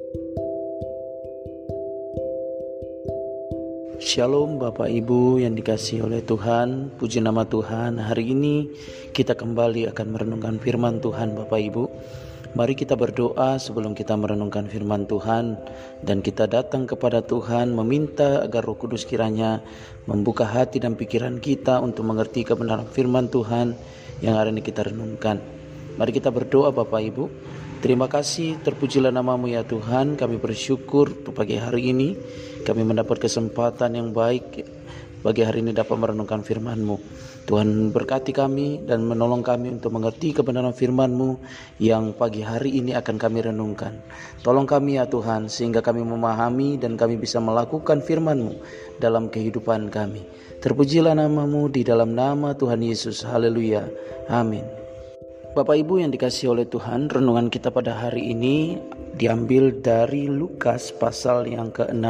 Shalom Bapak Ibu yang dikasihi oleh Tuhan, puji nama Tuhan. Hari ini kita kembali akan merenungkan firman Tuhan Bapak Ibu. Mari kita berdoa sebelum kita merenungkan firman Tuhan, dan kita datang kepada Tuhan meminta agar Roh Kudus kiranya membuka hati dan pikiran kita untuk mengerti kebenaran firman Tuhan yang hari ini kita renungkan. Mari kita berdoa Bapak Ibu. Terima kasih, terpujilah namamu ya Tuhan. Kami bersyukur untuk pagi hari ini kami mendapat kesempatan yang baik bagi hari ini dapat merenungkan firman-Mu. Tuhan berkati kami dan menolong kami untuk mengerti kebenaran firman-Mu yang pagi hari ini akan kami renungkan. Tolong kami ya Tuhan sehingga kami memahami dan kami bisa melakukan firman-Mu dalam kehidupan kami. Terpujilah namamu di dalam nama Tuhan Yesus. Haleluya. Amin. Bapak Ibu yang dikasihi oleh Tuhan, renungan kita pada hari ini diambil dari Lukas pasal yang ke-6,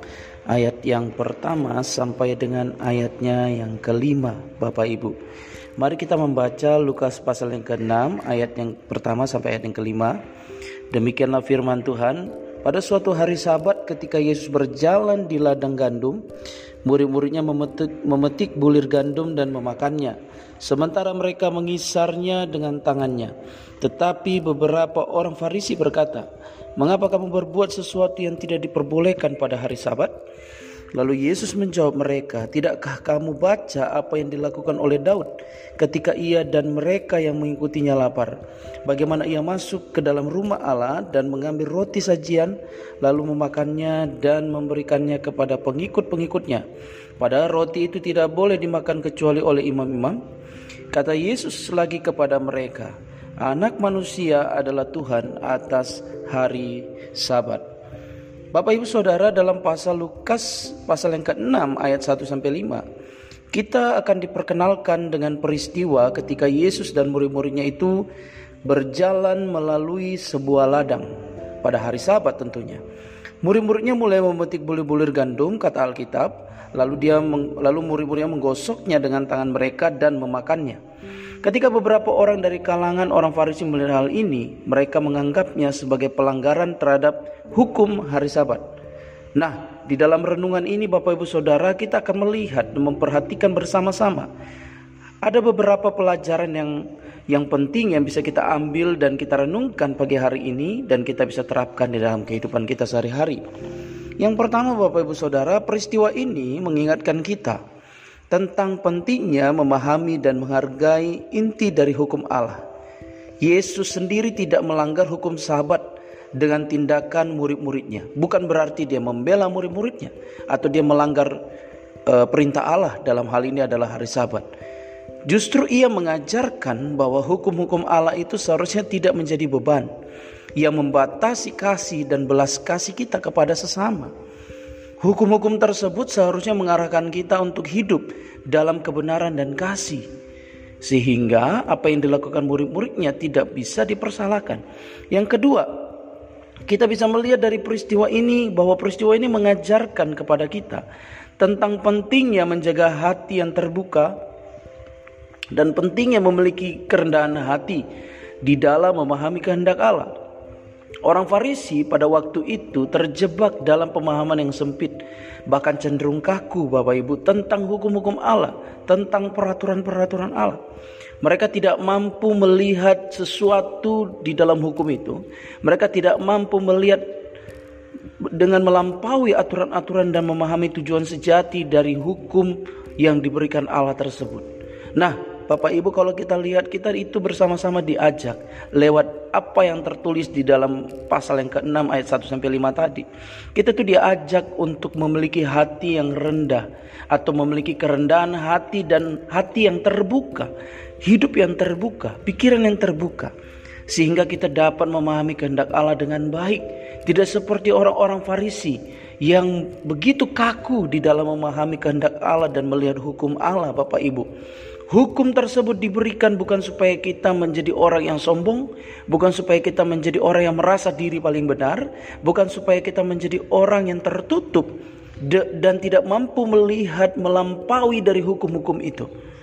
ayat yang pertama sampai dengan ayatnya yang ke-5. Bapak Ibu, mari kita membaca Lukas pasal yang ke-6, ayat yang pertama sampai ayat yang ke-5. Demikianlah firman Tuhan. Pada suatu hari Sabat ketika Yesus berjalan di ladang gandum, murid-muridnya memetik bulir gandum dan memakannya, sementara mereka mengisarnya dengan tangannya. Tetapi beberapa orang Farisi berkata, "Mengapa kamu berbuat sesuatu yang tidak diperbolehkan pada hari Sabat?" Lalu Yesus menjawab mereka, "Tidakkah kamu baca apa yang dilakukan oleh Daud ketika ia dan mereka yang mengikutinya lapar? Bagaimana ia masuk ke dalam rumah Allah dan mengambil roti sajian, lalu memakannya dan memberikannya kepada pengikut-pengikutnya. Padahal roti itu tidak boleh dimakan kecuali oleh imam-imam." Kata Yesus lagi kepada mereka, "Anak manusia adalah Tuhan atas hari Sabat." Bapak Ibu Saudara, dalam pasal Lukas pasal yang ke-6 ayat 1-5, kita akan diperkenalkan dengan peristiwa ketika Yesus dan murid-muridnya itu berjalan melalui sebuah ladang pada hari Sabat tentunya. Murid-muridnya mulai memetik bulir-bulir gandum, kata Alkitab, lalu murid-muridnya menggosoknya dengan tangan mereka dan memakannya. Ketika beberapa orang dari kalangan orang Farisi melihat hal ini, mereka menganggapnya sebagai pelanggaran terhadap hukum hari Sabat. Nah, di dalam renungan ini Bapak Ibu Saudara, kita akan melihat dan memperhatikan bersama-sama ada beberapa pelajaran yang penting yang bisa kita ambil dan kita renungkan pagi hari ini dan kita bisa terapkan di dalam kehidupan kita sehari-hari. Yang pertama Bapak Ibu Saudara, peristiwa ini mengingatkan kita tentang pentingnya memahami dan menghargai inti dari hukum Allah. Yesus sendiri tidak melanggar hukum Sabat dengan tindakan murid-muridnya. Bukan berarti dia membela murid-muridnya atau dia melanggar perintah Allah dalam hal ini adalah hari Sabat. Justru ia mengajarkan bahwa hukum-hukum Allah itu seharusnya tidak menjadi beban yang membatasi kasih dan belas kasih kita kepada sesama. Hukum-hukum tersebut seharusnya mengarahkan kita untuk hidup dalam kebenaran dan kasih, sehingga apa yang dilakukan murid-muridnya tidak bisa dipersalahkan. Yang kedua, kita bisa melihat dari peristiwa ini bahwa peristiwa ini mengajarkan kepada kita tentang pentingnya menjaga hati yang terbuka dan pentingnya memiliki kerendahan hati di dalam memahami kehendak Allah. Orang Farisi pada waktu itu terjebak dalam pemahaman yang sempit, bahkan cenderung kaku Bapak Ibu tentang hukum-hukum Allah, tentang peraturan-peraturan Allah. Mereka tidak mampu melihat sesuatu di dalam hukum itu. Mereka tidak mampu melihat dengan melampaui aturan-aturan dan memahami tujuan sejati dari hukum yang diberikan Allah tersebut. Nah, Bapak Ibu, kalau kita lihat, kita itu bersama-sama diajak lewat apa yang tertulis di dalam pasal yang ke-6 ayat 1-5 tadi. Kita tuh diajak untuk memiliki hati yang rendah atau memiliki kerendahan hati dan hati yang terbuka, hidup yang terbuka, pikiran yang terbuka, sehingga kita dapat memahami kehendak Allah dengan baik. Tidak seperti orang-orang Farisi yang begitu kaku di dalam memahami kehendak Allah dan melihat hukum Allah. Bapak Ibu, hukum tersebut diberikan bukan supaya kita menjadi orang yang sombong, bukan supaya kita menjadi orang yang merasa diri paling benar, bukan supaya kita menjadi orang yang tertutup dan tidak mampu melihat melampaui dari hukum-hukum itu.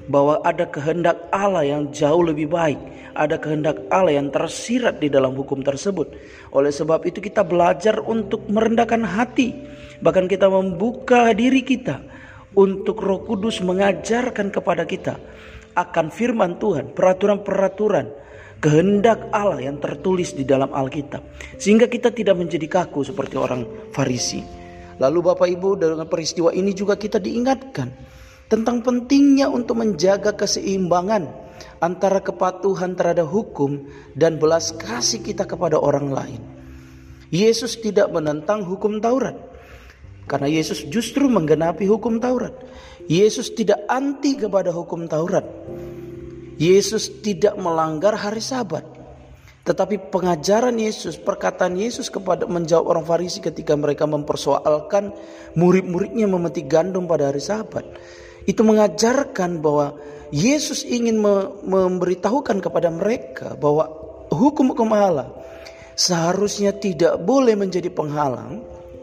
bahwa ada kehendak Allah yang jauh lebih baik, ada kehendak Allah yang tersirat di dalam hukum tersebut. Oleh sebab itu kita belajar untuk merendahkan hati, bahkan kita membuka diri kita untuk Roh Kudus mengajarkan kepada kita akan firman Tuhan, peraturan-peraturan kehendak Allah yang tertulis di dalam Alkitab, sehingga kita tidak menjadi kaku seperti orang Farisi. Lalu Bapak Ibu, dengan peristiwa ini juga kita diingatkan tentang pentingnya untuk menjaga keseimbangan antara kepatuhan terhadap hukum dan belas kasih kita kepada orang lain. Yesus tidak menentang hukum Taurat, karena Yesus justru menggenapi hukum Taurat. Yesus tidak anti kepada hukum Taurat. Yesus tidak melanggar hari Sabat. Tetapi pengajaran Yesus, perkataan Yesus kepada menjawab orang Farisi ketika mereka mempersoalkan murid-muridnya memetik gandum pada hari Sabat, itu mengajarkan bahwa Yesus ingin memberitahukan kepada mereka bahwa hukum-hukum Allah seharusnya tidak boleh menjadi penghalang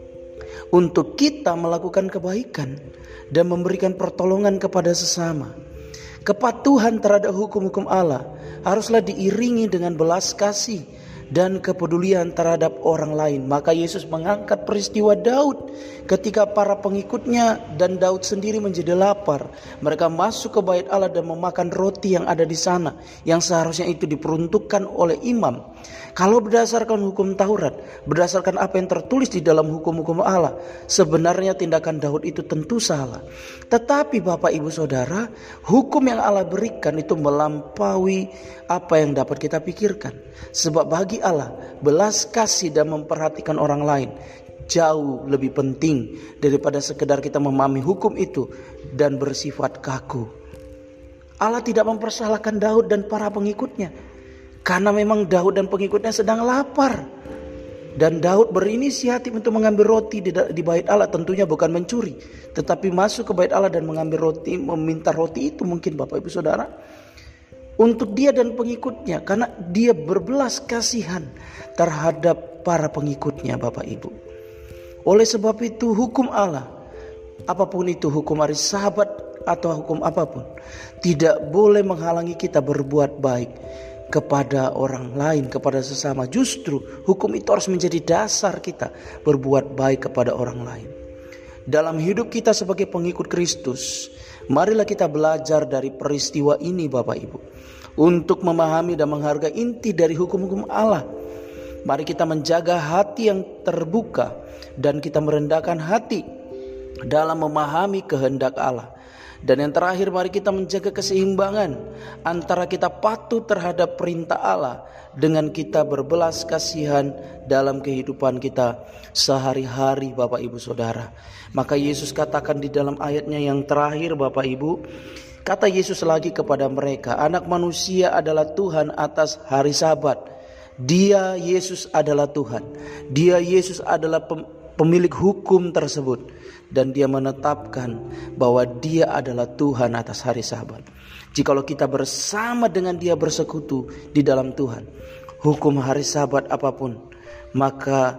untuk kita melakukan kebaikan dan memberikan pertolongan kepada sesama. Kepatuhan terhadap hukum-hukum Allah haruslah diiringi dengan belas kasih dan kepedulian terhadap orang lain. Maka Yesus mengangkat peristiwa Daud ketika para pengikutnya dan Daud sendiri menjadi lapar. Mereka masuk ke bait Allah dan memakan roti yang ada di sana, yang seharusnya itu diperuntukkan oleh imam. Kalau berdasarkan hukum Taurat, berdasarkan apa yang tertulis di dalam hukum-hukum Allah, sebenarnya tindakan Daud itu tentu salah. Tetapi Bapak Ibu Saudara, hukum yang Allah berikan itu melampaui apa yang dapat kita pikirkan. Sebab bagi Allah, belas kasih dan memperhatikan orang lain jauh lebih penting daripada sekedar kita memahami hukum itu dan bersifat kaku. Allah tidak mempersalahkan Daud dan para pengikutnya, karena memang Daud dan pengikutnya sedang lapar. Dan Daud berinisiatif untuk mengambil roti di bait Allah, tentunya bukan mencuri, tetapi masuk ke bait Allah dan mengambil roti, meminta roti itu mungkin Bapak Ibu Saudara, untuk dia dan pengikutnya, karena dia berbelas kasihan terhadap para pengikutnya Bapak Ibu. Oleh sebab itu hukum Allah, apapun itu hukum hari Sabat atau hukum apapun, tidak boleh menghalangi kita berbuat baik kepada orang lain, kepada sesama. Justru hukum itu harus menjadi dasar kita berbuat baik kepada orang lain. Dalam hidup kita sebagai pengikut Kristus, marilah kita belajar dari peristiwa ini Bapak Ibu, untuk memahami dan menghargai inti dari hukum-hukum Allah. Mari kita menjaga hati yang terbuka dan kita merendahkan hati dalam memahami kehendak Allah. Dan yang terakhir, mari kita menjaga keseimbangan antara kita patuh terhadap perintah Allah dengan kita berbelas kasihan dalam kehidupan kita sehari-hari Bapak Ibu Saudara. Maka Yesus katakan di dalam ayatnya yang terakhir Bapak Ibu, kata Yesus lagi kepada mereka, Anak Manusia adalah Tuhan atas hari Sabat. Dia Yesus adalah Tuhan. Dia Yesus adalah pemilik hukum tersebut. Dan dia menetapkan bahwa dia adalah Tuhan atas hari Sabat. Jikalau kita bersama dengan dia bersekutu di dalam Tuhan, hukum hari Sabat apapun, maka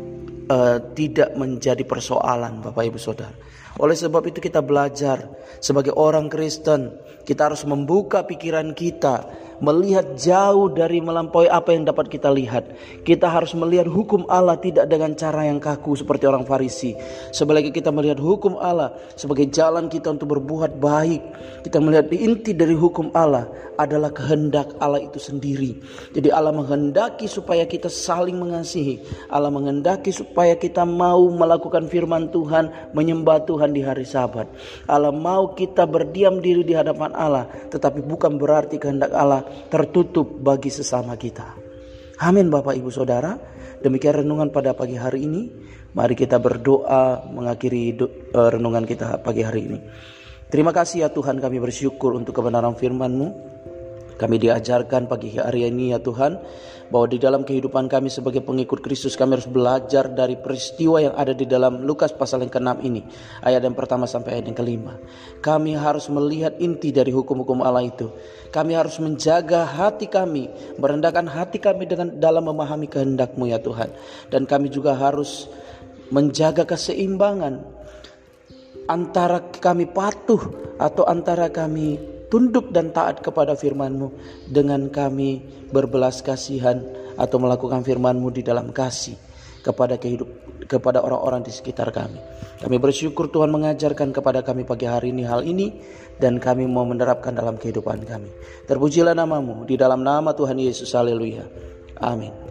tidak menjadi persoalan Bapak Ibu Saudara. Oleh sebab itu kita belajar sebagai orang Kristen, kita harus membuka pikiran kita, melihat jauh dari melampaui apa yang dapat kita lihat. Kita harus melihat hukum Allah tidak dengan cara yang kaku seperti orang Farisi. Sebaliknya kita melihat hukum Allah sebagai jalan kita untuk berbuat baik. Kita melihat inti dari hukum Allah adalah kehendak Allah itu sendiri. Jadi Allah menghendaki supaya kita saling mengasihi. Allah menghendaki supaya kita mau melakukan firman Tuhan, menyembah Tuhan di hari Sabat. Allah mau kita berdiam diri di hadapan Allah, tetapi bukan berarti kehendak Allah tertutup bagi sesama kita. Amin Bapak Ibu Saudara. Demikian renungan pada pagi hari ini. Mari kita berdoa mengakhiri renungan kita pagi hari ini. Terima kasih ya Tuhan, kami bersyukur untuk kebenaran firman-Mu. Kami diajarkan pagi hari ini ya Tuhan, bahwa di dalam kehidupan kami sebagai pengikut Kristus, kami harus belajar dari peristiwa yang ada di dalam Lukas pasal yang ke-6 ini, ayat yang pertama sampai ayat yang ke-5. Kami harus melihat inti dari hukum-hukum Allah itu. Kami harus menjaga hati kami, merendahkan hati kami dalam memahami kehendak-Mu ya Tuhan. Dan kami juga harus menjaga keseimbangan antara kami patuh atau antara kami tunduk dan taat kepada firman-Mu dengan kami berbelas kasihan atau melakukan firman-Mu di dalam kasih kepada orang-orang di sekitar kami. Kami bersyukur Tuhan mengajarkan kepada kami pagi hari ini hal ini, dan kami mau menerapkan dalam kehidupan kami. Terpujilah nama-Mu, di dalam nama Tuhan Yesus, haleluya, amin.